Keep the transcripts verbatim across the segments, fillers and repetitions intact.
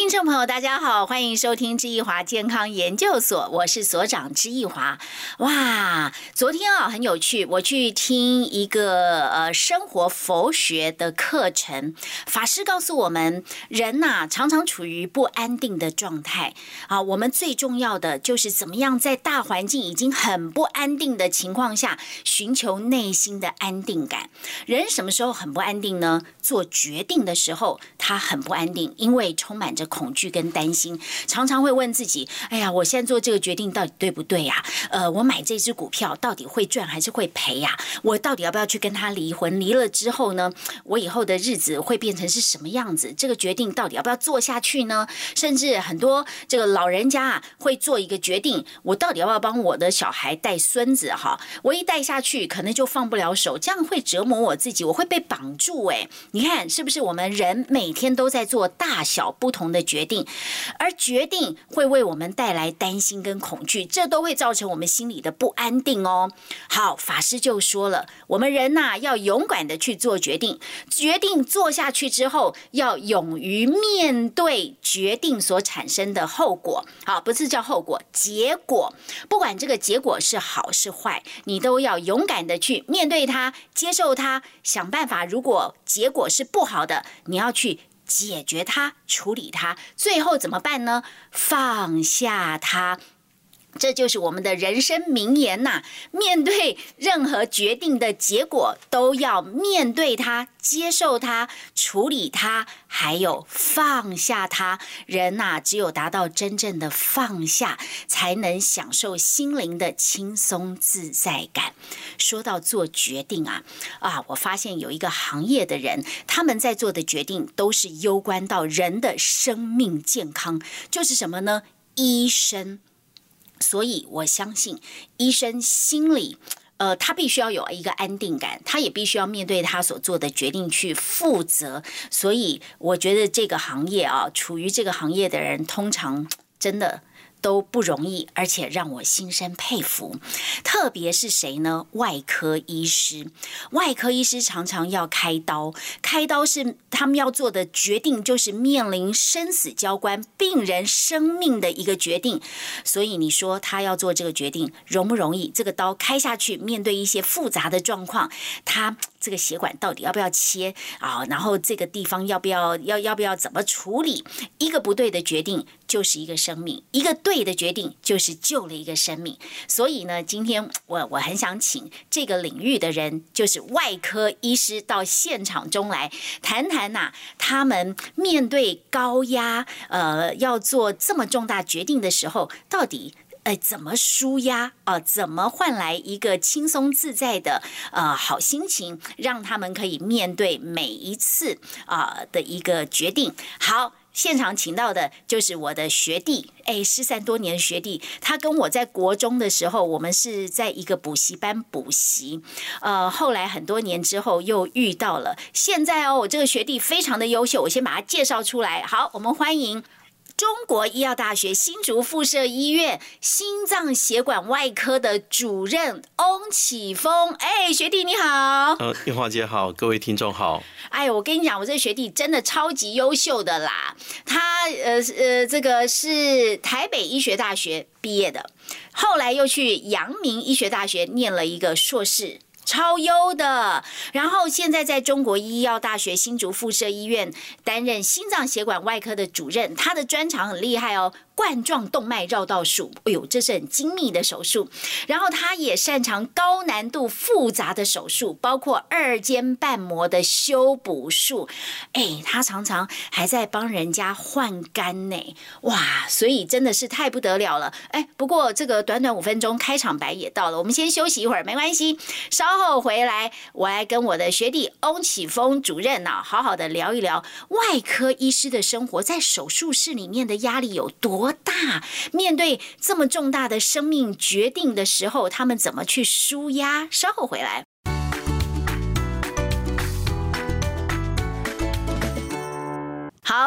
听众朋友大家好，欢迎收听知易华健康研究所，我是所长知易华。哇，昨天啊很有趣，我去听一个呃生活佛学的课程，法师告诉我们，人呐、啊、常常处于不安定的状态啊，我们最重要的就是怎么样在大环境已经很不安定的情况下，寻求内心的安定感。人什么时候很不安定呢？做决定的时候他很不安定，因为充满着恐惧跟担心，常常会问自己，哎呀，我现在做这个决定到底对不对呀？呃，我买这只股票到底会赚还是会赔呀？我到底要不要去跟他离婚？离了之后呢，我以后的日子会变成是什么样子？这个决定到底要不要做下去呢？甚至很多这个老人家啊，会做一个决定，我到底要不要帮我的小孩带孙子哈？我一带下去，可能就放不了手，这样会折磨我自己，我会被绑住哎。你看是不是我们人每天都在做大小不同的决定，而决定会为我们带来担心跟恐惧，这都会造成我们心里的不安定哦。好，法师就说了，我们人呐、啊、要勇敢的去做决定，决定做下去之后，要勇于面对决定所产生的后果。好，不是叫后果，结果，不管这个结果是好是坏，你都要勇敢的去面对它，接受它，想办法。如果结果是不好的，你要去解决它，处理它，最后怎么办呢？放下它。这就是我们的人生名言呐、啊！面对任何决定的结果，都要面对它，接受它，处理它，还有放下它。人呐、啊，只有达到真正的放下，才能享受心灵的轻松自在感。说到做决定啊，啊，我发现有一个行业的人，他们在做的决定都是攸关到人的生命健康，就是什么呢？医生。所以我相信医生心里呃，他必须要有一个安定感，他也必须要面对他所做的决定去负责。所以我觉得这个行业啊，处于这个行业的人通常真的都不容易，而且让我心生佩服。特别是谁呢？外科医师。外科医师常常要开刀，开刀是他们要做的决定，就是面临生死交关、病人生命的一个决定。所以你说他要做这个决定容不容易？这个刀开下去，面对一些复杂的状况，他这个血管到底要不要切啊？然后这个地方要不要要要不要怎么处理？一个不对的决定就是一个生命，一个对的决定就是救了一个生命。所以呢，今天我我很想请这个领域的人，就是外科医师到现场中来谈谈呐、啊，他们面对高压，呃，要做这么重大决定的时候，到底哎，怎么舒压啊、呃？怎么换来一个轻松自在的呃好心情，让他们可以面对每一次啊、呃、的一个决定。好。现场请到的就是我的学弟，哎，失散多年的学弟，他跟我在国中的时候，我们是在一个补习班补习，呃，后来很多年之后又遇到了，现在哦，我这个学弟非常的优秀，我先把他介绍出来。好，我们欢迎中国医药大学新竹附设医院心脏血管外科的主任翁启峰。哎，学弟你好。 呃，燕华姐好，各位听众好。 哎，我跟你讲，我这个学弟真的超级优秀的啦。他呃呃，这个是台北医学大学毕业的，后来又去阳明医学大学念了一个硕士。超优的，然后现在在中国医药大学新竹附设医院担任心脏血管外科的主任，他的专长很厉害哦，冠状动脉绕道术，哎呦，这是很精密的手术。然后他也擅长高难度复杂的手术，包括二尖瓣膜的修补术。哎，他常常还在帮人家换肝呢，哇，所以真的是太不得了了。哎，不过这个短短五分钟开场白也到了，我们先休息一会儿，没关系，稍后回来我来跟我的学弟翁启峰主任啊，好好的聊一聊外科医师的生活，在手术室里面的压力有多大，面对这么重大的生命决定的时候，他们怎么去舒压？稍后回来。好，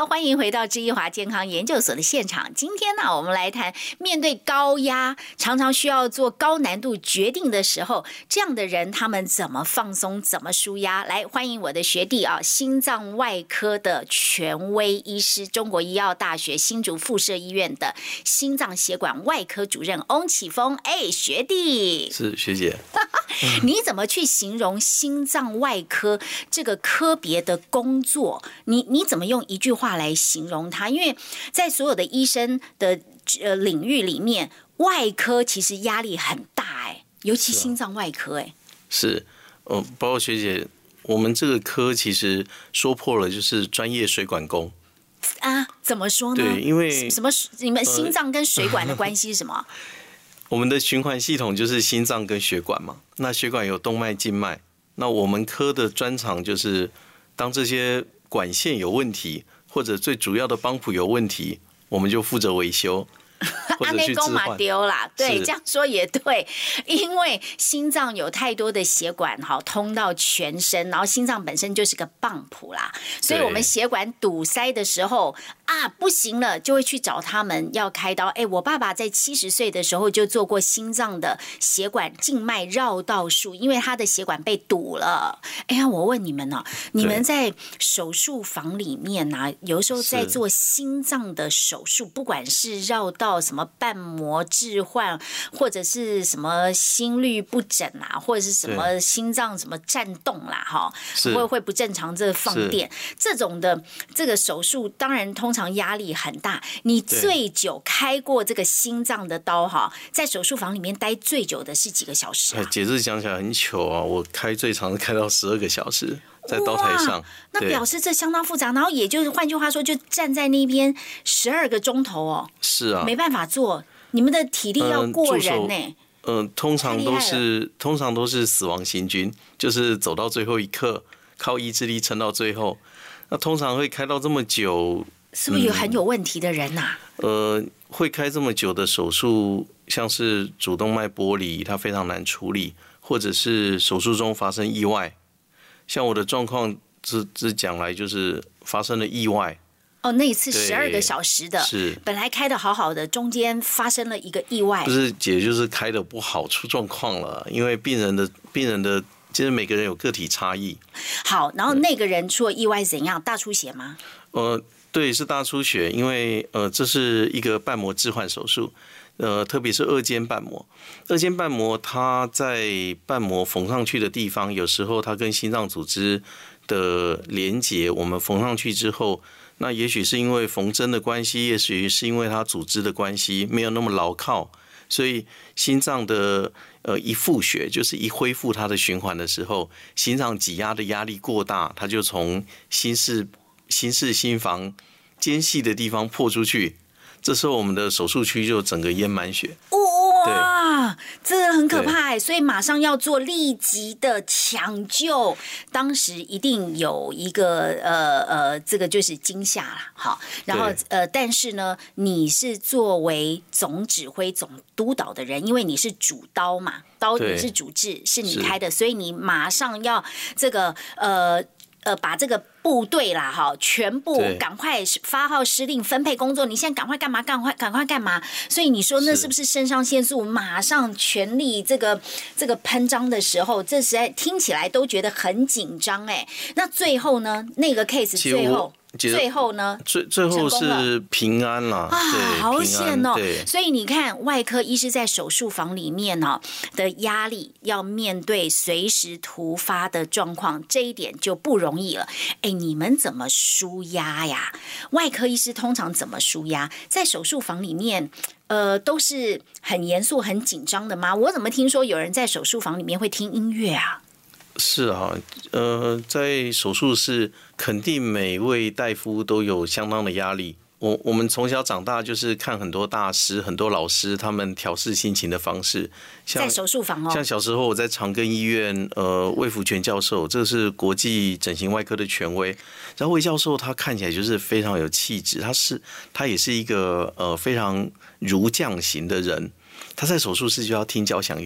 好，欢迎回到知易华健康研究所的现场。今天呢，我们来谈面对高压，常常需要做高难度决定的时候，这样的人他们怎么放松，怎么舒压？来，欢迎我的学弟啊，心脏外科的权威医师，中国医药大学新竹附设医院的心脏血管外科主任翁启峰。哎，学弟， 是学姐。 你怎么去形容心脏外科这个科别的工作？你你怎么用一句话来形容它？因为在所有的医生的呃领域里面，外科其实压力很大哎，尤其心脏外科哎。 是，呃，包括学姐，我们这个科其实说破了就是专业水管工啊？怎么说呢？ 对，因为什么？你们心脏跟水管的关系是什么？ 我们的循环系统就是心脏跟血管嘛，那血管有动脉、静脉，那我们科的专长就是当这些管线有问题，或者最主要的帮浦有问题，我们就负责维修。 按内功嘛丢啦，对，这样说也对，因为心脏有太多的血管哈通到全身，然后心脏本身就是个泵浦啦，所以我们血管堵塞的时候啊不行了，就会去找他们要开刀。哎，我爸爸在七十岁的时候就做过心脏的血管静脉绕道术，因为他的血管被堵了。哎呀，我问你们呢，你们在手术房里面啊，有时候在做心脏的手术，不管是绕道什么瓣膜置换，或者是什么心律不整啊，或者是什么心脏什么颤动啦，哈，会会不正常，这放电这种的这个手术，当然通常压力很大。你最久开过这个心脏的刀哈，在手术房里面待最久的是几个小时啊？ 解释讲起来很糗啊，我开最长开到十二个小时。在刀台上， 那表示这相当复杂，然后也就是换句话说，就站在那边十二个钟头哦。 是啊， 没办法做，你们的体力要过人呢、欸。 嗯、呃，通常都是通常都是死亡行军，就是走到最后一刻，靠意志力撑到最后。那通常会开到这么久， 是不是有很有问题的人呐、啊嗯？呃，会开这么久的手术，像是主动脉剥离，它非常难处理，或者是手术中发生意外。像我的状况，这这讲来就是发生了意外。 哦，那一次十二个小时的， 是本来开的好好的，中间发生了一个意外。 不是姐，就是开的不好，出状况了。因为病人的病人的，其实每个人有个体差异。 好，然后那个人出了意外怎样？大出血吗？ 呃，对，是大出血，因为呃，这是一个瓣膜置换手术。呃，特别是二尖瓣膜，二尖瓣膜它在瓣膜缝上去的地方，有时候它跟心脏组织的连结，我们缝上去之后，那也许是因为缝针的关系，也许是因为它组织的关系没有那么牢靠，所以心脏的呃一复血，就是一恢复它的循环的时候，心脏挤压的压力过大，它就从心室、心室、心房间隙的地方破出去。这时候我们的手术区就整个淹满血， 哇，这很可怕哎！所以马上要做立即的抢救，当时一定有一个呃呃，这个就是惊吓啦，好，然后呃，但是呢，你是作为总指挥、总督导的人，因为你是主刀嘛，刀你是主治，是你开的，所以你马上要这个呃。呃，把这个部队啦，哈，全部赶快发号施令，分配工作。你现在赶快干嘛？赶快赶快干嘛？所以你说那是不是肾上腺素马上全力这个这个喷张的时候，这实在听起来都觉得很紧张哎。那最后呢，那个 case 最后。最后呢？ 最最后是平安啦啊，好险哦！所以你看，外科医师在手术房里面呢、哦、的压力，要面对随时突发的状况，这一点就不容易了。哎，你们怎么舒压呀？外科医师通常怎么舒压？在手术房里面，呃，都是很严肃、很紧张的吗？我怎么听说有人在手术房里面会听音乐啊？ 是啊，呃，在手术室肯定每位大夫都有相当的压力。我我们从小长大就是看很多大师、很多老师他们调适心情的方式。像在手术房哦， 像小时候我在长庚医院，呃，魏福全教授，这是国际整形外科的权威。然后魏教授他看起来就是非常有气质，他是他也是一个呃非常儒将型的人。他在手术室就要听交响乐。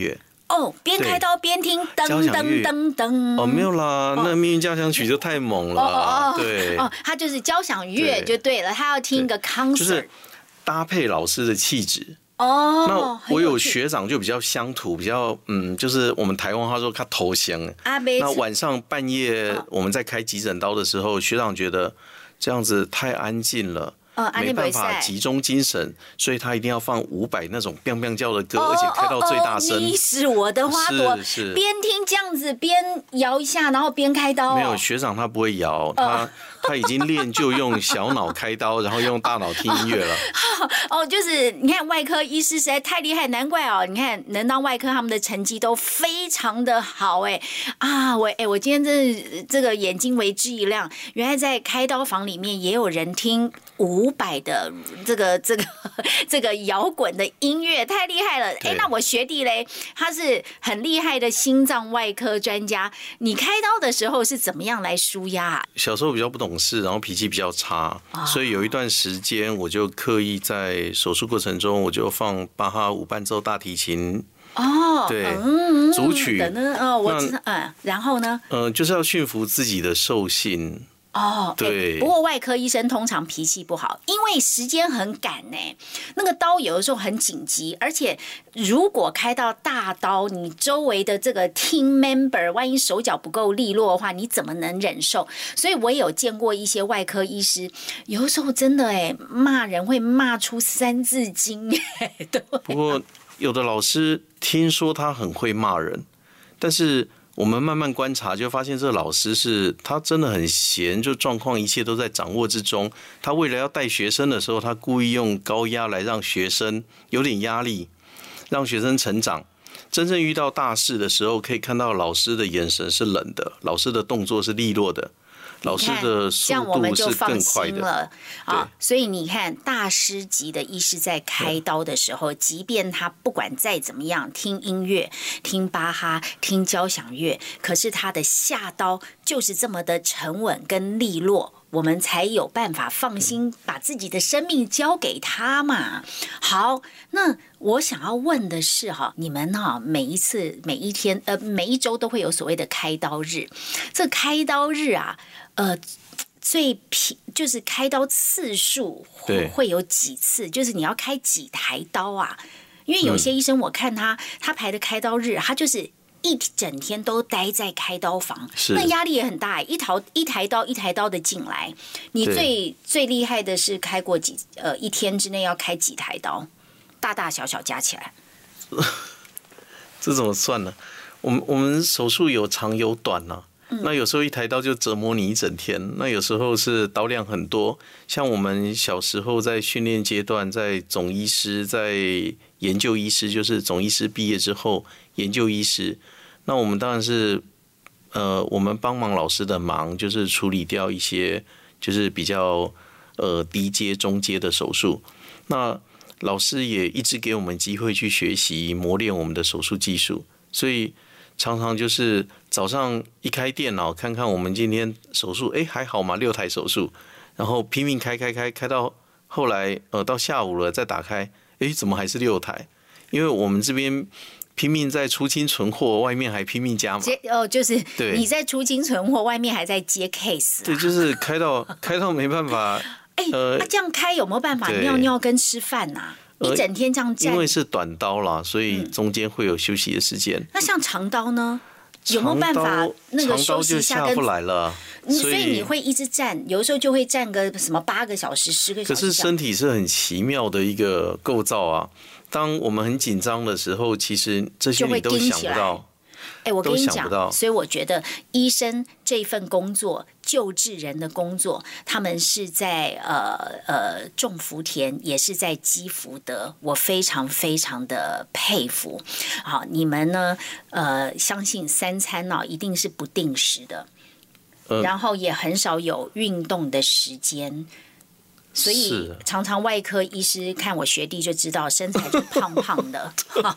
哦，边开刀边听噔噔噔噔。 哦，没有啦，那命运交响曲就太猛了。哦哦对， 哦，它就是交响乐就对了，他要听一个 concert， 就是搭配老师的气质。 哦， 那我有学长就比较乡土，比较嗯，就是我们台湾话说他投降。 啊， 那晚上半夜我们在开急诊刀的时候，学长觉得这样子太安静了。呃，没办法集中精神，所以他一定要放伍佰那种 biang biang 叫的歌，而且开到最大声。 你是我的花朵，边听这样子边摇一下，然后边开刀。 没有，学长他不会摇，他他已经练就用小脑开刀，然后用大脑听音乐了。 哦，就是你看外科医师实在太厉害，难怪哦，你看能当外科，他们的成绩都非常的好哎啊，我哎我今天真的这个眼睛为之一亮，原来在开刀房里面也有人听伍佰的这个这个这个摇滚的音乐，太厉害了！哎，那我学弟嘞，他是很厉害的心脏外科专家。你开刀的时候是怎么样来舒压啊？ 小时候比较不懂事，然后脾气比较差，哦、所以有一段时间我就刻意在手术过程中，我就放巴哈无伴奏大提琴。 哦， 对， 嗯、 组曲。 哦，我知道，嗯，然后呢？ 嗯、呃，就是要驯服自己的兽性。 哦，对、欸。不过外科医生通常脾气不好，因为时间很赶呢。那个刀有的时候很紧急，而且如果开到大刀，你周围的这个 team member 万一手脚不够利落的话，你怎么能忍受？所以我也有见过一些外科医师，有的时候真的哎，骂人会骂出三字经哎。对。 不过有的老师听说他很会骂人，但是我们慢慢观察，就发现这个老师是他真的很闲，就状况一切都在掌握之中。他为了要带学生的时候，他故意用高压来让学生有点压力，让学生成长。真正遇到大事的时候，可以看到老师的眼神是冷的，老师的动作是利落的。老师的速度是更快的啊，所以你看，大师级的医师在开刀的时候，即便他不管再怎么样听音乐、听巴哈、听交响乐，可是他的下刀就是这么的沉稳跟利落，我们才有办法放心把自己的生命交给他嘛。好，那我想要问的是哈，你们哈每一次、每一天、呃每一周都会有所谓的开刀日，这会刀日啊。呃，最平就是开刀次数会会有几次？就是你要开几台刀啊？因为有些医生我看他、嗯、他排的开刀日，他就是一整天都待在开刀房，那压力也很大。一台一台刀一台刀的进来，你最最厉害的是开过几呃一天之内要开几台刀？大大小小加起来， 这怎么算呢？我们我们手术有长有短呢、啊。那有时候一台刀就折磨你一整天，那有时候是刀量很多。像我们小时候在训练阶段，在总医师、在研究医师，就是总医师毕业之后研究医师，那我们当然是呃，我们帮忙老师的忙，就是处理掉一些就是比较呃低阶、中阶的手术。那老师也一直给我们机会去学习、磨练我们的手术技术，所以常常就是早上一开电脑看看我们今天手术，哎还好嘛，六台手术，然后拼命开开开开到后来呃到下午了再打开，哎怎么还是六台？因为我们这边拼命在出清存货，外面还拼命加码。 哦，就是你在出清存货，外面还在接 case、啊。 对，就是开到开到没办法。 哎、欸，呃、啊，这样开有没有办法尿尿跟吃饭呐、啊？一整天这样站， 因为是短刀啦，所以中间会有休息的时间、嗯。 那像长刀呢？有没有办法那个休息一下？ 长刀就下不来了， 所以你会一直站，有时候就会站个什么八个小时、十个小时。 可是身体是很奇妙的一个构造啊！当我们很紧张的时候，其实这些你都想不到。 哎、欸，我跟你讲，所以我觉得医生这份工作，救治人的工作，他们是在呃呃种福田，也是在积福德，我非常非常的佩服。好，你们呢？呃，相信三餐呢、哦、一定是不定时的，呃、然后也很少有运动的时间。所以常常外科医师看我学弟就知道身材就胖胖的，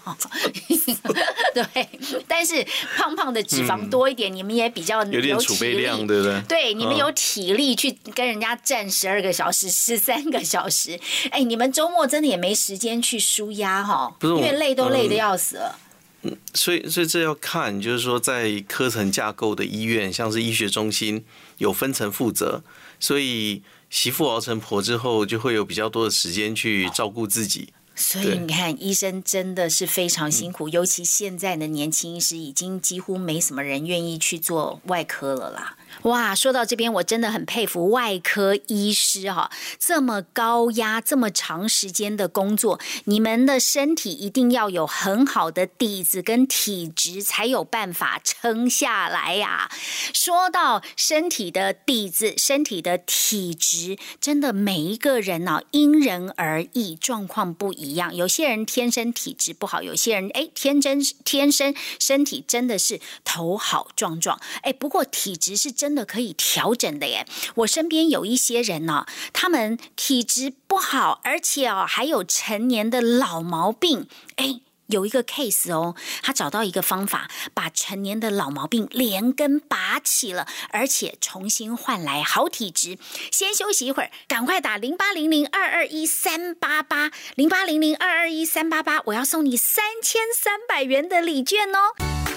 对，但是胖胖的脂肪多一点，嗯、你们也比较有点储备量，对不对？ 对，你们有体力去跟人家站十二个小时、十三个小时，哎，你们周末真的也没时间去舒压哈，因为累都累得要死了。 嗯，所以所以这要看，就是说在科层架构的医院，像是医学中心有分层负责，所以媳妇熬成婆之后，就会有比较多的时间去照顾自己。 所以你看，医生真的是非常辛苦，尤其现在的年轻医师，已经几乎没什么人愿意去做外科了啦。哇，说到这边，我真的很佩服外科医师哈、哦，这么高压、这么长时间的工作，你们的身体一定要有很好的底子跟体质，才有办法撑下来呀、啊。说到身体的底子、身体的体质，真的每一个人呢、哦，因人而异，状况不一样。有些人天生体质不好，有些人哎，天真天生身体真的是头好壮壮。哎，不过体质是真的可以调整的耶。我身边有一些人呢、哦，他们体质不好，而且哦还有成年的老毛病。哎，有一个 case 哦，他找到一个方法，把成年的老毛病连根拔起了，而且重新换来好体质。先休息一会儿，赶快打零八零零二二一三八八零八零零二二一三八八，我要送你三千三百元的礼券哦。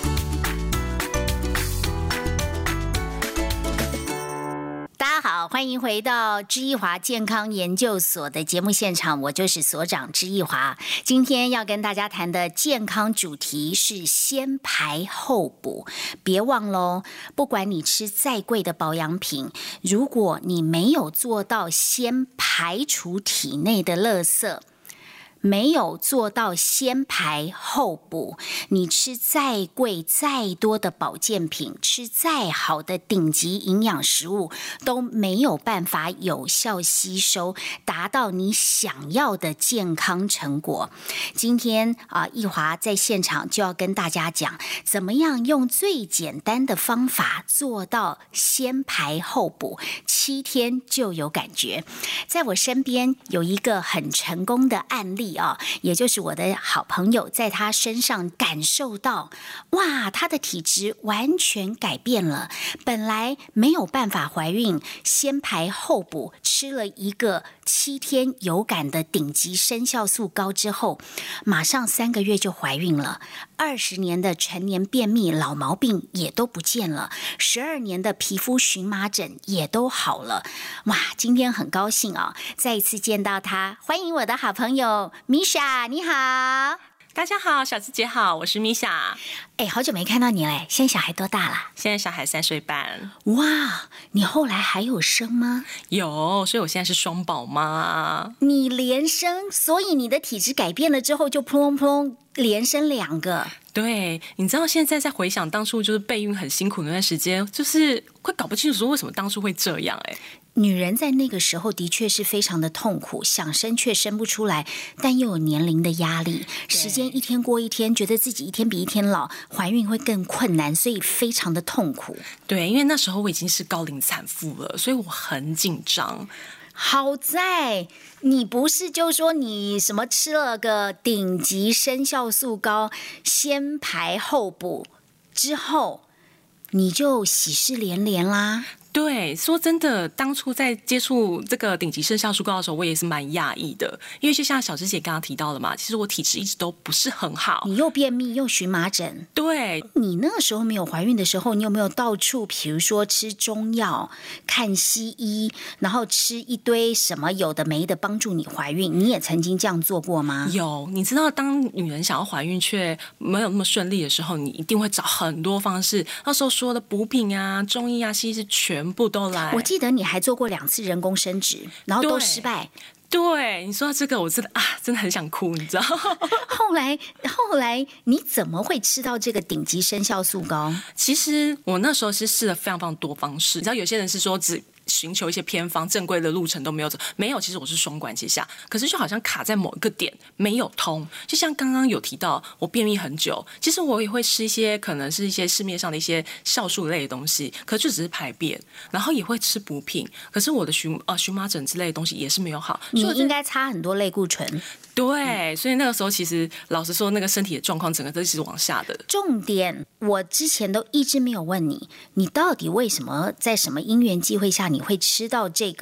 大家好，欢迎回到知易华健康研究所的节目现场，我就是所长知易华。今天要跟大家谈的健康主题是先排后补。别忘喽，不管你吃再贵的保养品，如果你没有做到先排除体内的垃圾，没有做到先排后补，你吃再贵再多的保健品，吃再好的顶级营养食物，都没有办法有效吸收，达到你想要的健康成果。今天啊，易华在现场就要跟大家讲，怎么样用最简单的方法做到先排后补，七天就有感觉。在我身边有一个很成功的案例啊，也就是我的好朋友，在他身上感受到，哇，他的体质完全改变了。本来没有办法怀孕，先排后补，吃了一个七天有感的顶级生酵素膏之后，马上三个月就怀孕了。二十年的成年便秘老毛病也都不见了，十二年的皮肤荨麻疹也都好了。哇，今天很高兴啊、哦，再一次见到他，欢迎我的好朋友米莎，你好。 大家好，小智姐好，我是米莎。 哎，好久没看到你嘞，现在小孩多大了？ 现在小孩三岁半。 哇，你后来还有生吗？ 有，所以我现在是双宝妈。 你连生，所以你的体质改变了之后，就扑通扑通连生两个。 对，你知道现在在回想当初就是备孕很辛苦的那段时间，就是会搞不清楚说为什么当初会这样。哎， 女人在那个时候的确是非常的痛苦，想生却生不出来，但又有年龄的压力，时间一天过一天，觉得自己一天比一天老，怀孕会更困难，所以非常的痛苦。 对，因为那时候我已经是高龄产妇了，所以我很紧张。 好在你不是就说你什么吃了个顶级生酵素膏，先排后补之后，你就喜事连连啦。 对，说真的，当初在接触这个顶级生酵素膏的时候，我也是蛮讶异的，因为就像小芝姐刚刚提到了嘛，其实我体质一直都不是很好， 你又便秘又荨麻疹。 对， 你那个时候没有怀孕的时候，你有没有到处，比如说吃中药、看西医，然后吃一堆什么有的没的帮助你怀孕？你也曾经这样做过吗？ 有，你知道，当女人想要怀孕却没有那么顺利的时候，你一定会找很多方式。那时候说的补品啊、中医啊、西医是全部都来。 我记得你还做过两次人工生殖，然后都失败。 对，你说到这个，我真的啊，真的很想哭，你知道？ 后来，后来你怎么会吃到这个顶级生酵素膏？ 其实我那时候是试了非常非常多方式，你知道，有些人是说只寻求一些偏方，正规的路程都没有走，没有。其实我是双管齐下，可是就好像卡在某一个点没有通。就像刚刚有提到，我便秘很久，其实我也会吃一些可能是一些市面上的一些酵素类的东西，可是就只是排便，然后也会吃补品，可是我的荨呃荨麻疹之类的东西也是没有好。 你应该擦很多类固醇。 对，所以那个时候其实老实说，那个身体的状况整个都是往下的。 重点，我之前都一直没有问你，你到底为什么在什么因缘际会下你会吃到这个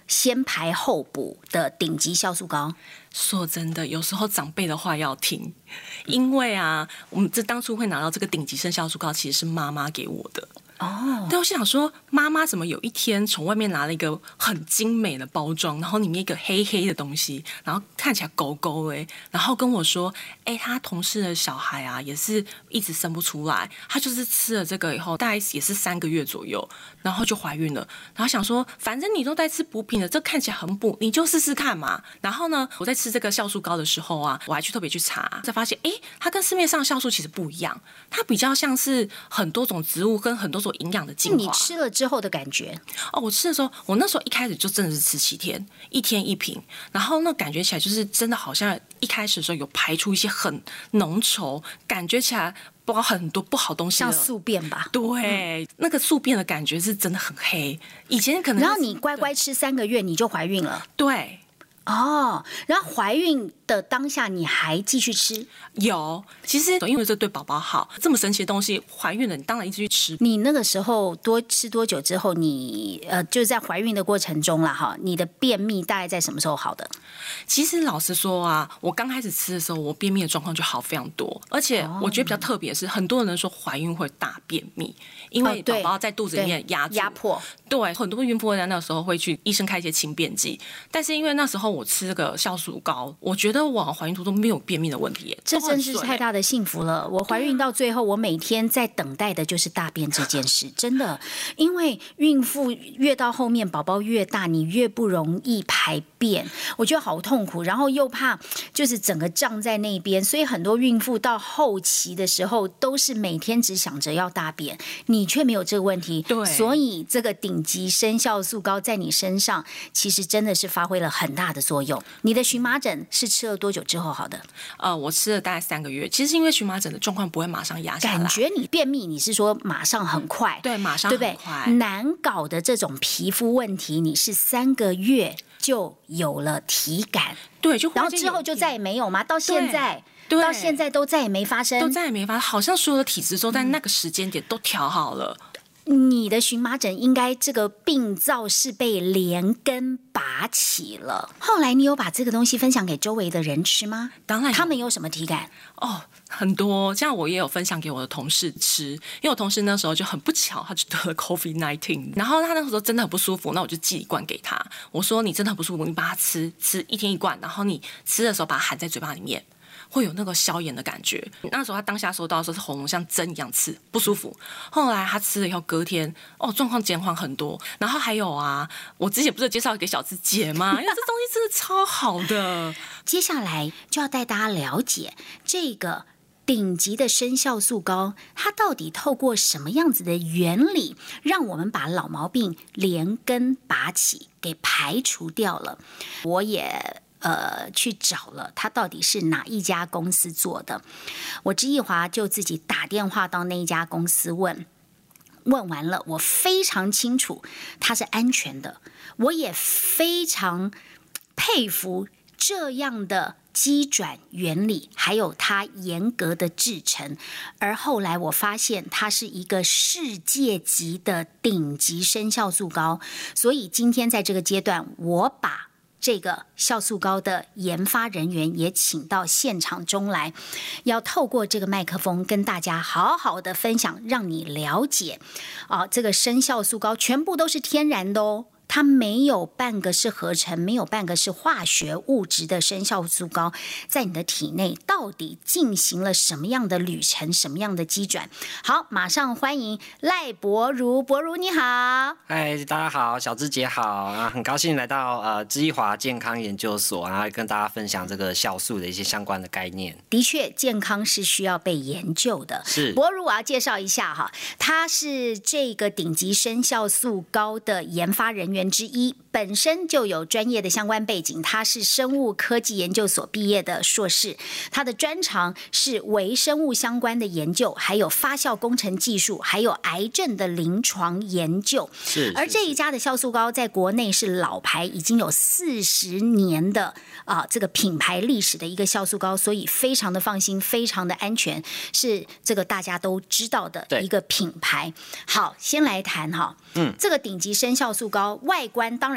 先排后补的顶级酵素膏？ 说真的，有时候长辈的话要听，因为啊，我们这当初会拿到这个顶级生酵素膏，其实是妈妈给我的。哦，但我想说，妈妈怎么有一天从外面拿了一个很精美的包装，然后里面一个黑黑的东西，然后看起来勾勾哎，然后跟我说，哎，他同事的小孩啊，也是一直生不出来，他就是吃了这个以后，大概也是三个月左右，然后就怀孕了。然后想说，反正你都在吃补品的，这看起来很补，你就试试看嘛。然后呢，我在吃这个酵素膏的时候啊，我还去特别去查，才发现，哎，它跟市面上的酵素其实不一样，它比较像是很多种植物跟很多种营养的精华。 你吃了之后的感觉？ 哦，我吃的时候，我那时候一开始就真的是吃七天，一天一瓶，然后那感觉起来就是真的好像一开始的时候有排出一些很浓稠，感觉起来包很多不好东西， 像宿便吧？ 对、嗯，那个宿便的感觉是真的很黑。以前可能， 然后你乖乖吃三个月，你就怀孕了。 对。 哦，然后怀孕的当下你还继续吃？ 有，其实因为这对宝宝好，这么神奇的东西，怀孕了你当然一直去吃。 你那个时候多吃多久之后你，呃，就是在怀孕的过程中啦，哈，你的便秘大概在什么时候好的？ 其实老实说啊，我刚开始吃的时候，我便秘的状况就好非常多，而且我觉得比较特别的是，很多人说怀孕会大便秘，因为宝宝在肚子里面压住、 压迫。 对，很多孕妇在那时候会去医生开一些清便剂，但是因为那时候我吃这个酵素膏，我觉得我怀孕途中没有便秘的问题， 这真是太大的幸福了。我怀孕到最后，我每天在等待的就是大便这件事，真的，因为孕妇越到后面，宝宝越大，你越不容易排便，我觉得好痛苦，然后又怕就是整个胀在那边，所以很多孕妇到后期的时候都是每天只想着要大便，你却没有这个问题。 对， 所以这个顶级生酵素膏在你身上其实真的是发挥了很大的作用。你的荨麻疹是吃了多久之后好的？ 呃，我吃了大概三个月。其实因为荨麻疹的状况不会马上压下来， 感觉你便秘，你是说马上很快？ 对，马上很快。 对不对？难搞的这种皮肤问题，你是三个月就有了体感， 对，就然后之后就再也没有吗？到现在。 对， 到现在都再也没发生， 都再也没发生，好像所有的体质都在那个时间点都调好了。 你的荨麻疹应该这个病灶是被连根拔起了。后来你有把这个东西分享给周围的人吃吗？ 当然， 他们有什么体感？ 哦，很多。这样我也有分享给我的同事吃，因为我同事那时候就很不巧，他就得了 COVID 十九，然后他那时候真的很不舒服，那我就寄一罐给他，我说你真的很不舒服，你把它吃，吃一天一罐，然后你吃的时候把它含在嘴巴里面。会有那个消炎的感觉。那时候他当下收到的时候是喉咙像针一样刺，不舒服。后来他吃了以后，隔天哦状况减缓很多。然后还有啊，我之前不是介绍给小芝姐吗？因为这东西真的超好的。 接下来就要带大家了解这个顶级的生酵素膏，它到底透过什么样子的原理，让我们把老毛病连根拔起，给排除掉了。我也呃，去找了他到底是哪一家公司做的，我知易华就自己打电话到那一家公司问，问完了，我非常清楚它是安全的，我也非常佩服这样的机转原理，还有它严格的制成，而后来我发现它是一个世界级的顶级生酵素膏，所以今天在这个阶段，我把这个酵素膏的研发人员也请到现场中来，要透过这个麦克风跟大家好好的分享，让你了解啊，这个生酵素膏全部都是天然的哦。它没有半个是合成，没有半个是化学物质的生酵素膏，在你的体内到底进行了什么样的旅程，什么样的机转？好，马上欢迎赖博如，博如你好。 嗨，大家好，小芝姐好，啊，很高兴来到呃知易华健康研究所，然后跟大家分享这个酵素的一些相关的概念。 的确，健康是需要被研究的。 是， 博如我要介绍一下哈，他是这个顶级生酵素膏的研发人员之一，本身就有专业的相关背景，他是生物科技研究所毕业的硕士，他的专长是微生物相关的研究，还有发酵工程技术，还有癌症的临床研究。 是， 而这一家的酵素膏在国内是老牌，已经有四十年的啊、呃、这个品牌历史的一个酵素膏，所以非常的放心，非常的安全，是这个大家都知道的一个品牌。好，先来谈哈，嗯，这个顶级生酵素膏外观当然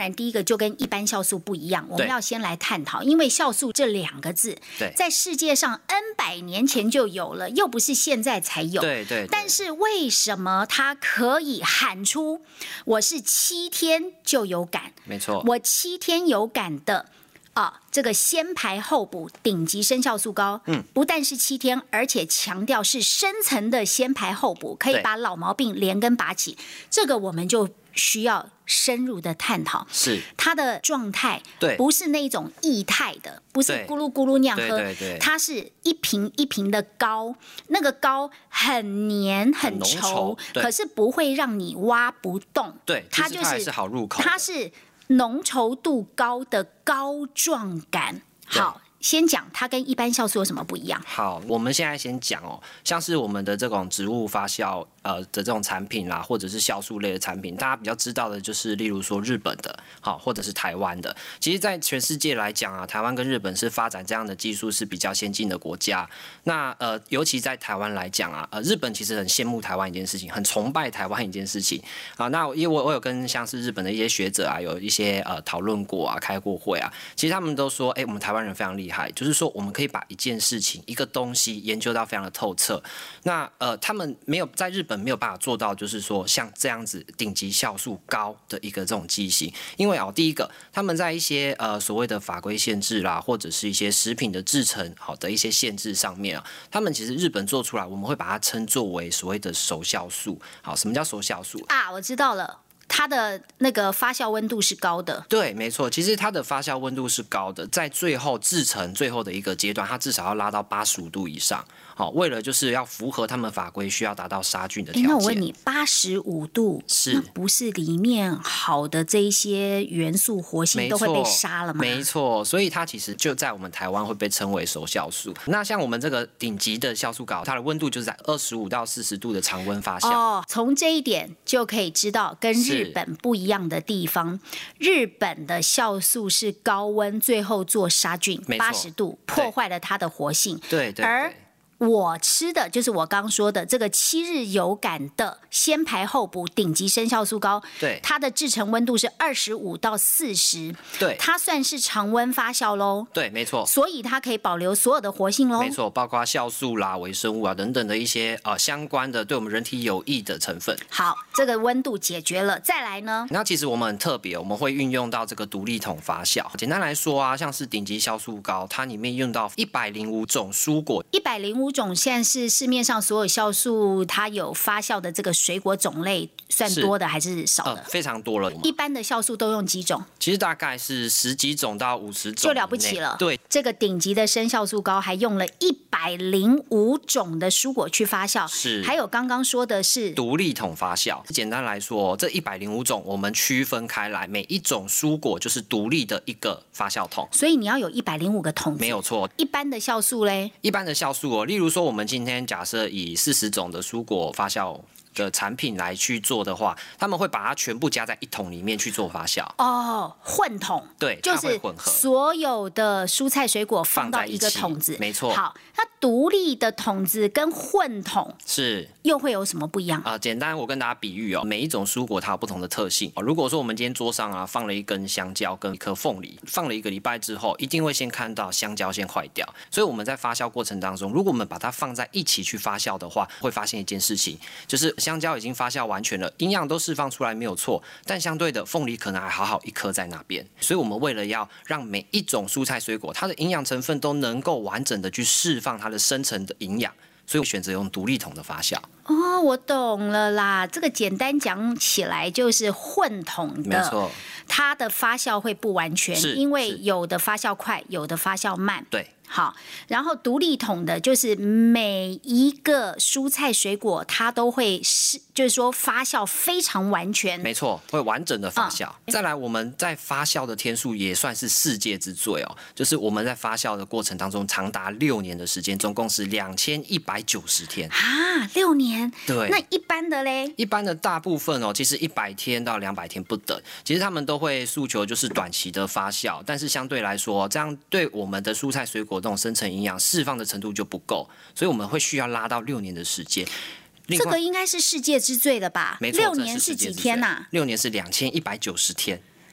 然第一个就跟一般酵素不一样，我们要先来探讨，因为酵素这两个字在世界上 N 百年前就有了，又不是现在才有。 对 对, 对。 但是为什么它可以喊出我是七天就有感？ 没错， 我七天有感的。啊，这个先排后补顶级生酵素膏，嗯，不但是七天，而且强调是深层的先排后补，可以把老毛病连根拔起。这个我们就需要深入的探讨， 是它的状态， 对， 不是那种液态的，不是咕噜咕噜那样喝， 对对对， 它是一瓶一瓶的膏，那个膏很黏很稠，可是不会让你挖不动， 对， 它就是还是好入口， 它是浓稠度高的膏状感。好，先讲它跟一般酵素有什么不一样。 好，我们现在先讲哦，像是我们的这种植物发酵呃的这种产品啦，或者是酵素类的产品，大家比较知道的就是，例如说日本的，好，或者是台湾的。其实，在全世界来讲啊，台湾跟日本是发展这样的技术是比较先进的国家。那呃，尤其在台湾来讲啊，呃，日本其实很羡慕台湾一件事情，很崇拜台湾一件事情啊。那因为我我有跟像是日本的一些学者啊，有一些呃讨论过啊，开过会啊，其实他们都说，哎、欸，我们台湾人非常厉害，就是说我们可以把一件事情、一个东西研究到非常的透彻。那呃，他们没有在日本没有办法做到，就是说像这样子顶级酵素高的一个这种机型，因为啊、哦，第一个他们在一些呃所谓的法规限制啦，或者是一些食品的制成好的一些限制上面啊，他们其实日本做出来，我们会把它称作为所谓的熟酵素。好，什么叫熟酵素啊？我知道了。它的那个发酵温度是高的， 对，没错。其实它的发酵温度是高的，在最后制成最后的一个阶段，它至少要拉到八十五度以上。好，为了就是要符合他们法规，需要达到杀菌的条件。 那我问你，八十五度是那不是里面好的这一些元素活性都会被杀了吗？ 没错，所以它其实就在我们台湾会被称为熟酵素。那像我们这个顶级的酵素膏，它的温度就是在二十五到四十度的常温发酵。 哦，从这一点就可以知道跟日本不一样的地方。日本的酵素是高温，最后做杀菌，八十度破坏了它的活性。 对 对, 对。 而我吃的就是我刚说的这个七日有感的先排后补顶级生酵素膏， 对， 它的制成温度是二十五到四十， 对， 它算是常温发酵喽， 对，没错， 所以它可以保留所有的活性喽， 没错，包括酵素啦、微生物啊等等的一些呃相关的对我们人体有益的成分。 好，这个温度解决了，再来呢？ 那其实我们很特别，我们会运用到这个独立桶发酵。简单来说啊，像是顶级酵素膏，它里面用到一百零五种蔬果， 一百零五种现在是市面上所有酵素它有发酵的这个水果种类，算多的还是少的？ 呃、非常多了。 一般的酵素都用几种？ 其实大概是十几种到五十种， 就了不起了。 对， 这个顶级的生酵素膏还用了一百零五种的蔬果去发酵， 是。 还有刚刚说的是独立桶发酵。简单来说，这一百零五种我们区分开来，每一种蔬果就是独立的一个发酵桶。 所以你要有一百零五个桶子， 没有错。 一般的酵素嘞？ 一般的酵素哦，例如说我们今天假设以四十种的蔬果发酵的产品来去做的话，他们会把它全部加在一桶里面去做发酵。 哦，混桶， 对， 就是所有的蔬菜水果放到一个桶子， 没错。 好，那独立的桶子跟混桶是又会有什么不一样啊、呃？简单，我跟大家比喻哦，每一种蔬果它有不同的特性。如果说我们今天桌上啊放了一根香蕉跟一颗凤梨，放了一个礼拜之后，一定会先看到香蕉先坏掉。所以我们在发酵过程当中，如果我们把它放在一起去发酵的话，会发现一件事情，就是香蕉已经发酵完全了，营养都释放出来没有错，但相对的凤梨可能还好好一颗在那边。所以我们为了要让每一种蔬菜水果它的营养成分都能够完整的去释放它的深层的营养，所以我选择用独立桶的发酵。 哦，我懂了啦，这个简单讲起来就是混桶的， 没错， 它的发酵会不完全，因为有的发酵快，有的发酵慢。 对。 好，然后独立桶的就是每一个蔬菜水果它都会是，就是说发酵非常完全， 没错，会完整的发酵。嗯、再来，我们在发酵的天数也算是世界之最哦，就是我们在发酵的过程当中长达六年的时间，总共是两千一百九十天啊，六年。 对， 那一般的嘞？ 一般的大部分哦，其实一百天到两百天不等，其实他们都会诉求就是短期的发酵，但是相对来说，这样对我们的蔬菜水果这种深层营养释放的程度就不够，所以我们会需要拉到六年的时间。 这个应该是世界之最了吧？ 没错， 六年是几天呐、啊？ 六年是两千一百九十天。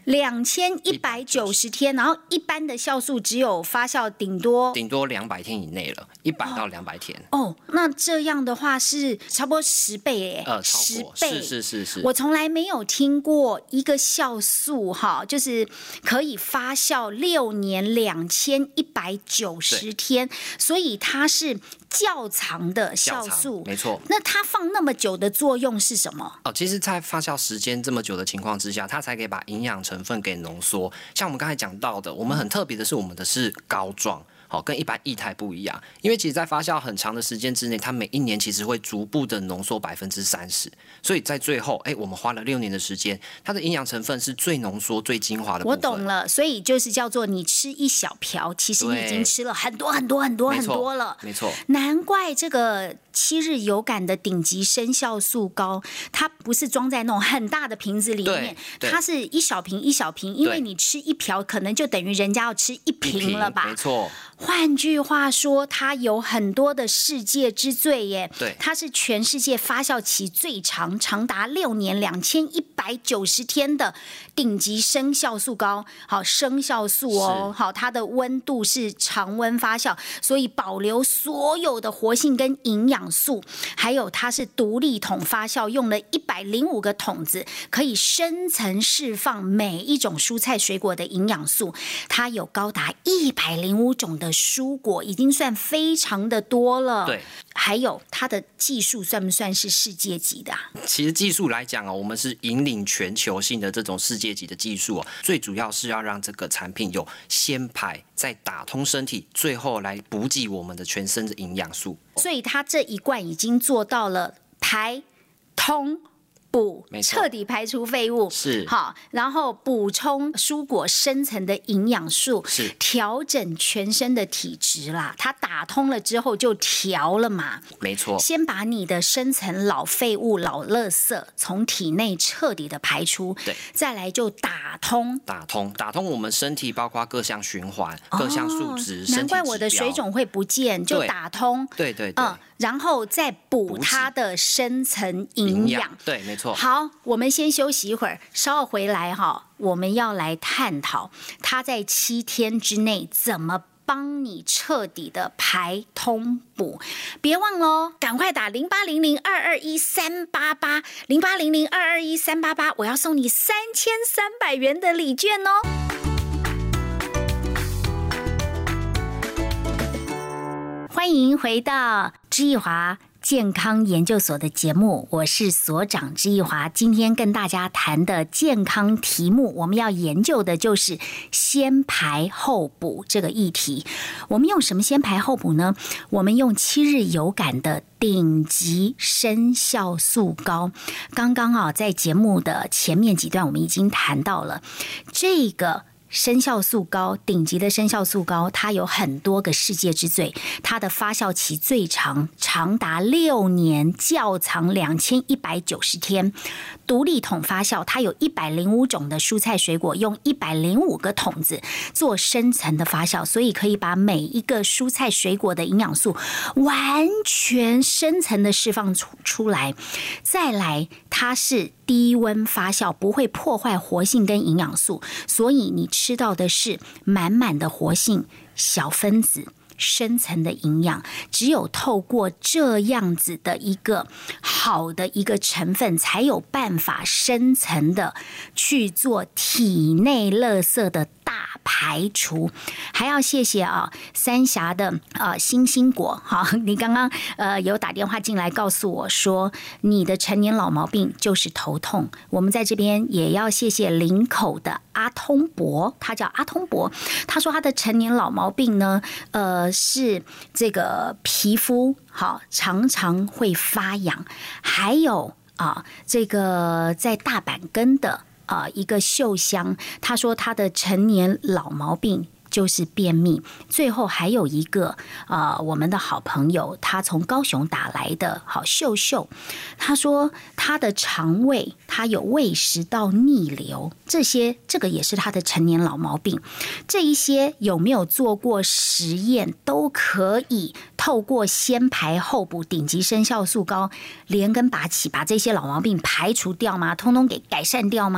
两千一百九十天，然后一般的酵素只有发酵顶多顶多两百天以内了，一百到两百天。 哦，那这样的话是差不多十倍哎， 呃，超十过， 倍， 是是是是。 我从来没有听过一个酵素哈，就是可以发酵六年两千一百九十天，所以它是较长的酵素， 没错。 那它放那么久的作用是什么？ 哦，其实，在发酵时间这么久的情况之下，它才可以把营养成分给浓缩。像我们刚才讲到的，我们很特别的是，我们的是膏状。好，跟一般液态不一样，因为其实，在发酵很长的时间之内，它每一年其实会逐步的浓缩百分之三十，所以在最后，哎，我们花了六年的时间，它的营养成分是最浓缩、最精华的部分。 我懂了，所以就是叫做你吃一小瓢，其实你已经吃了很多很多很多很多了。 没错， 难怪这个七日有感的顶级生酵素膏，它不是装在那种很大的瓶子里面，它是一小瓶一小瓶，因为你吃一瓢，可能就等于人家要吃一瓶了吧？ 没错。 换句话说，它有很多的世界之最耶。 对， 它是全世界发酵期最长，长达六年两千一百九十天的顶级生酵素膏。好，生酵素哦，好，它的温度是常温发酵，所以保留所有的活性跟营养素。还有，它是独立桶发酵，用了一百零五个桶子，可以深层释放每一种蔬菜水果的营养素。它有高达一百零五种的蔬果，已经算非常的多了。 对， 还有它的技术算不算是世界级的啊？ 其实技术来讲哦，我们是引领全球性的这种世界级的技术哦，最主要是要让这个产品有先排，再打通身体，最后来补给我们的全身的营养素。 所以它这一罐已经做到了排通补，彻底排除废物， 是好，然后补充蔬果深层的营养素， 是调整全身的体质啦。它打通了之后就调了嘛， 没错。 先把你的深层老废物、老垃圾从体内彻底的排出， 对， 再来就打通， 打通，打通我们身体包括各项循环、哦、各项数值。 难怪我的水肿会不见，就打通， 对对 对, 对、嗯， 然后再补它的深层营养， 对，没错。 好，我们先休息一会儿，稍后回来哈，我们要来探讨它在七天之内怎么帮你彻底的排通补。别忘了哦，赶快打零八零零二二一三八八零八零零二二一三八八，我要送你三千三百元的礼券哦。欢迎回到知易华健康研究所的节目，我是所长知易华。今天跟大家谈的健康题目，我们要研究的就是先排后补这个议题。我们用什么先排后补呢？我们用七日有感的顶级生酵素膏。刚刚啊，在节目的前面几段我们已经谈到了这个生酵素膏，顶级的生酵素膏，它有很多个世界之最，它的发酵期最长，长达六年，较长两千一百九十天。独立桶发酵，它有一百零五种的蔬菜水果，用一百零五个桶子做深层的发酵，所以可以把每一个蔬菜水果的营养素完全深层的释放出出来。再来，它是低温发酵，不会破坏活性跟营养素，所以你吃到的是满满的活性小分子深层的营养。只有透过这样子的一个好的一个成分，才有办法深层的去做体内垃圾的大排除。还要谢谢啊三峡的呃星星果，好，你刚刚呃有打电话进来告诉我说你的成年老毛病就是头痛。我们在这边也要谢谢林口的阿通伯，他叫阿通伯，他说他的成年老毛病呢，呃是这个皮肤好常常会发痒，还有啊这个在大阪根的啊一个秀香，他说他的成年老毛病就是便秘。最后还有一个呃，我们的好朋友，他从高雄打来的好秀秀，他说他的肠胃他有胃食道逆流，这些这个也是他的成年老毛病。这一些有没有做过实验，都可以透过先排后补顶级生酵素膏连根拔起，把这些老毛病排除掉吗？通通给改善掉吗？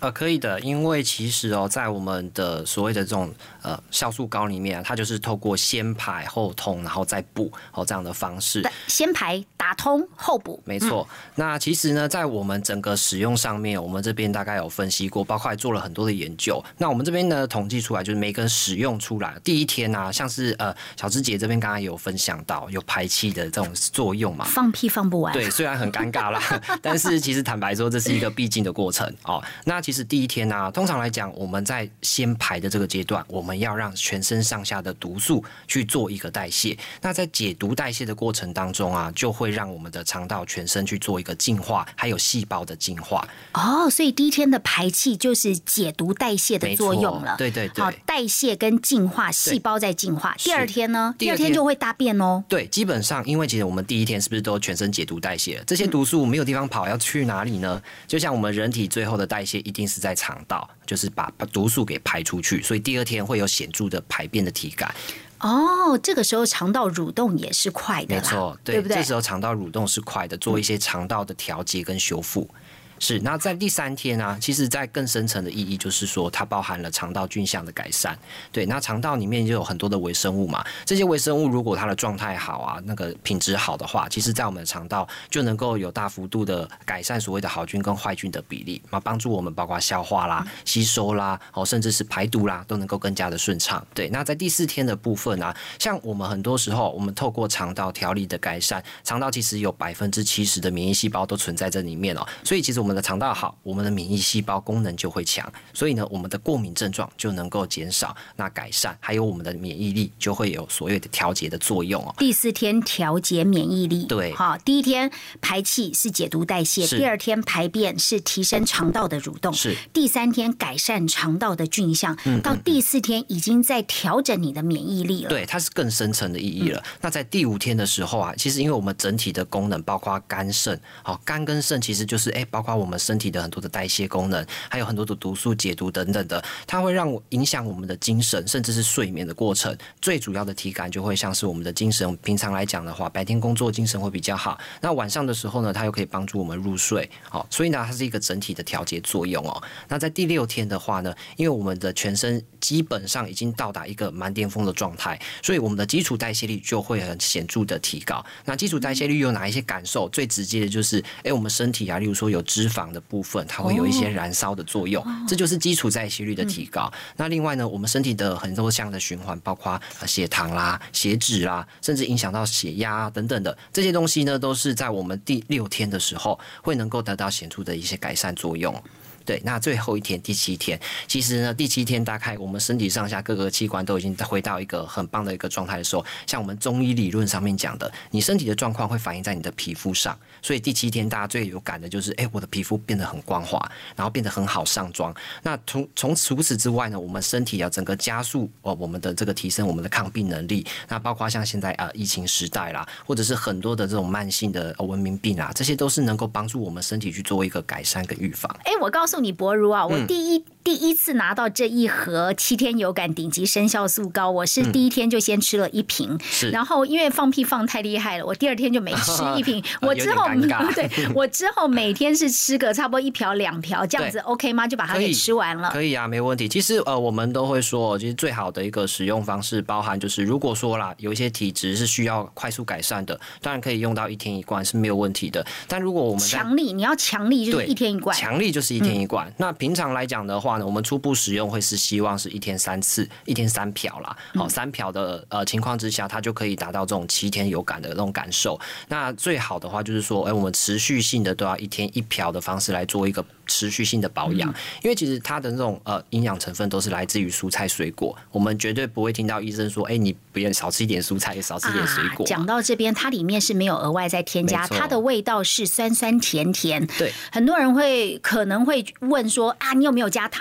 呃，可以的，因为其实哦，在我们的所谓的这种呃酵素膏里面、啊，它就是透过先排后通，然后再补哦这样的方式。 先排打通后补， 没错。嗯、那其实呢，在我们整个使用上面，我们这边大概有分析过，包括还做了很多的研究。那我们这边呢统计出来，就是每个人使用出来第一天啊，像是呃小芝姐这边刚刚有分享到有排气的这种作用嘛， 放屁放不完。 对，虽然很尴尬啦，但是其实坦白说，这是一个必经的过程哦。那其实第一天啊，通常来讲，我们在先排的这个阶段，我们要让全身上下的毒素去做一个代谢。那在解毒代谢的过程当中啊，就会让我们的肠道全身去做一个净化，还有细胞的净化。 哦，所以第一天的排气就是解毒代谢的作用了。 对对对， 好，代谢跟净化，细胞在净化。第二天呢？第二天就会大便哦。 对，基本上因为其实我们第一天是不是都全身解毒代谢了？这些毒素没有地方跑，要去哪里呢？就像我们人体最后的代谢一定是在肠道，就是把把毒素给排出去，所以第二天会有显著的排便的体感。 哦，这个时候肠道蠕动也是快的啦， 没错， 对， 对不对？ 这时候肠道蠕动是快的，做一些肠道的调节跟修复。是，那在第三天啊，其实在更深层的意义就是说，它包含了肠道菌相的改善。对，那肠道里面就有很多的微生物嘛，这些微生物如果它的状态好啊，那个品质好的话，其实在我们的肠道就能够有大幅度的改善所谓的好菌跟坏菌的比例，嘛，帮助我们包括消化啦、吸收啦，哦，甚至是排毒啦，都能够更加的顺畅。对，那在第四天的部分啊，像我们很多时候，我们透过肠道调理的改善，肠道其实有百分之七十的免疫细胞都存在这里面哦，所以其实我们的肠道好，我们的免疫细胞功能就会强，所以呢，我们的过敏症状就能够减少，那改善，还有我们的免疫力就会有所谓的调节的作用哦。 第四天调节免疫力， 对， 好，第一天排气是解毒代谢，第二天排便是提升肠道的蠕动， 是第三天改善肠道的菌相，嗯嗯到第四天已经在调整你的免疫力了。 对，它是更深层的意义了。嗯、那在第五天的时候啊，其实因为我们整体的功能，包括肝肾，好，肝跟肾其实就是哎，包括我们身体的很多的代谢功能，还有很多的毒素解毒等等的，它会让影响我们的精神，甚至是睡眠的过程。最主要的体感就会像是我们的精神，平常来讲的话，白天工作精神会比较好，那晚上的时候呢，它又可以帮助我们入睡。好，所以呢，它是一个整体的调节作用哦。那在第六天的话呢，因为我们的全身基本上已经到达一个蛮巅峰的状态，所以我们的基础代谢率就会很显著的提高。那基础代谢率有哪一些感受？最直接的就是，哎，我们身体啊，例如说有脂肪的部分，它会有一些燃烧的作用，哦、这就是基础代谢率的提高。嗯、那另外呢，我们身体的很多项的循环，包括血糖啦、血脂啦，甚至影响到血压、啊、等等的这些东西呢，都是在我们第六天的时候会能够得到显著的一些改善作用。对，那最后一天第七天，其实呢，第七天大概我们身体上下各个器官都已经回到一个很棒的一个状态的时候，像我们中医理论上面讲的，你身体的状况会反映在你的皮肤上，所以第七天大家最有感的就是，哎，我的皮肤变得很光滑，然后变得很好上妆。那从从除此之外呢，我们身体要整个加速哦，我们的这个提升我们的抗病能力，那包括像现在啊、呃、疫情时代啦，或者是很多的这种慢性的文明病啊，这些都是能够帮助我们身体去做一个改善跟预防。 哎，我告诉你博如啊，我第一、嗯、第一次拿到这一盒七天有感顶级生酵素膏，我是第一天就先吃了一瓶，嗯、然后因为放屁放太厉害了，我第二天就没吃一瓶。我之后对我之后每天是吃个差不多一瓢两瓢这样子 ，OK 吗？就把它给吃完了。 可以啊，没问题。其实呃，我们都会说，其实最好的一个使用方式，包含就是如果说啦，有一些体质是需要快速改善的，当然可以用到一天一罐是没有问题的。但如果我们强力，你要强力就是一天一罐， 强力就是一天一罐。嗯、那平常来讲的话呢，我们初步使用会是希望是一天三次，一天三瓢啦。好，三瓢的呃情况之下，它就可以达到这种七天有感的那种感受。那最好的话就是说，哎，我们持续性的都要一天一瓢的方式来做一个持续性的保养，嗯、因为其实它的那种呃营养成分都是来自于蔬菜水果，我们绝对不会听到医生说，哎，你不要少吃一点蔬菜，少吃一点水果。 讲、啊、到这边，它里面是没有额外再添加，它的味道是酸酸甜甜。 对， 很多人会可能会问说啊，你有没有加糖？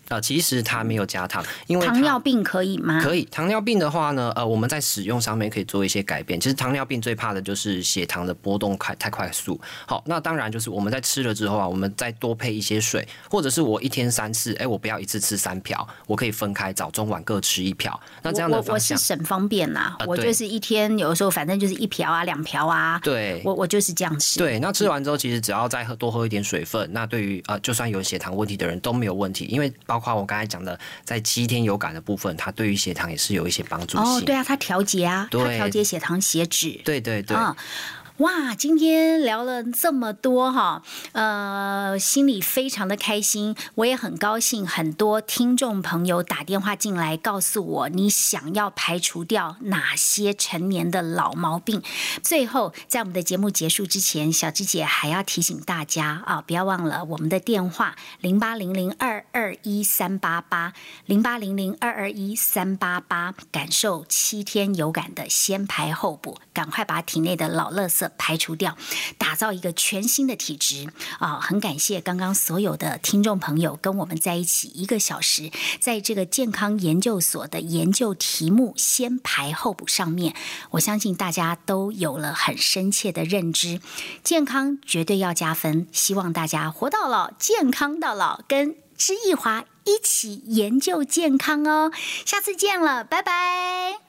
呃，其实它没有加糖，因为糖尿病可以吗？ 可以。糖尿病的话呢，呃，我们在使用上面可以做一些改变。其实糖尿病最怕的就是血糖的波动快太快速。好，那当然就是我们在吃了之后啊，我们再多配一些水，或者是我一天三次，哎，我不要一次吃三瓢，我可以分开早中晚各吃一瓢。那这样的方向， 我我是省方便啦、 呃， 我就是一天有的时候反正就是一瓢啊、两瓢啊， 对， 我我就是这样吃。 对，那吃完之后，其实只要再喝多喝一点水分，那对于呃，就算有血糖问题的人都没有问题，因为包括我刚才讲的，在七天有感的部分，它对于血糖也是有一些帮助性。 哦，对啊，它调节啊，它对调节血糖、血脂。 对对对。 嗯哇，今天聊了这么多哈，呃，心里非常的开心，我也很高兴，很多听众朋友打电话进来告诉我，你想要排除掉哪些成年的老毛病。最后，在我们的节目结束之前，小芝姐还要提醒大家啊，不要忘了我们的电话零八零零二二一三八八零八零零二二一三八八，感受七天有感的先排后补，赶快把体内的老垃圾排除掉，打造一个全新的体质啊！很感谢刚刚所有的听众朋友跟我们在一起一个小时，在这个健康研究所的研究题目先排后补上面，我相信大家都有了很深切的认知，健康绝对要加分，希望大家活到老，健康到老，跟芝奕华一起研究健康哦！下次见了，拜拜。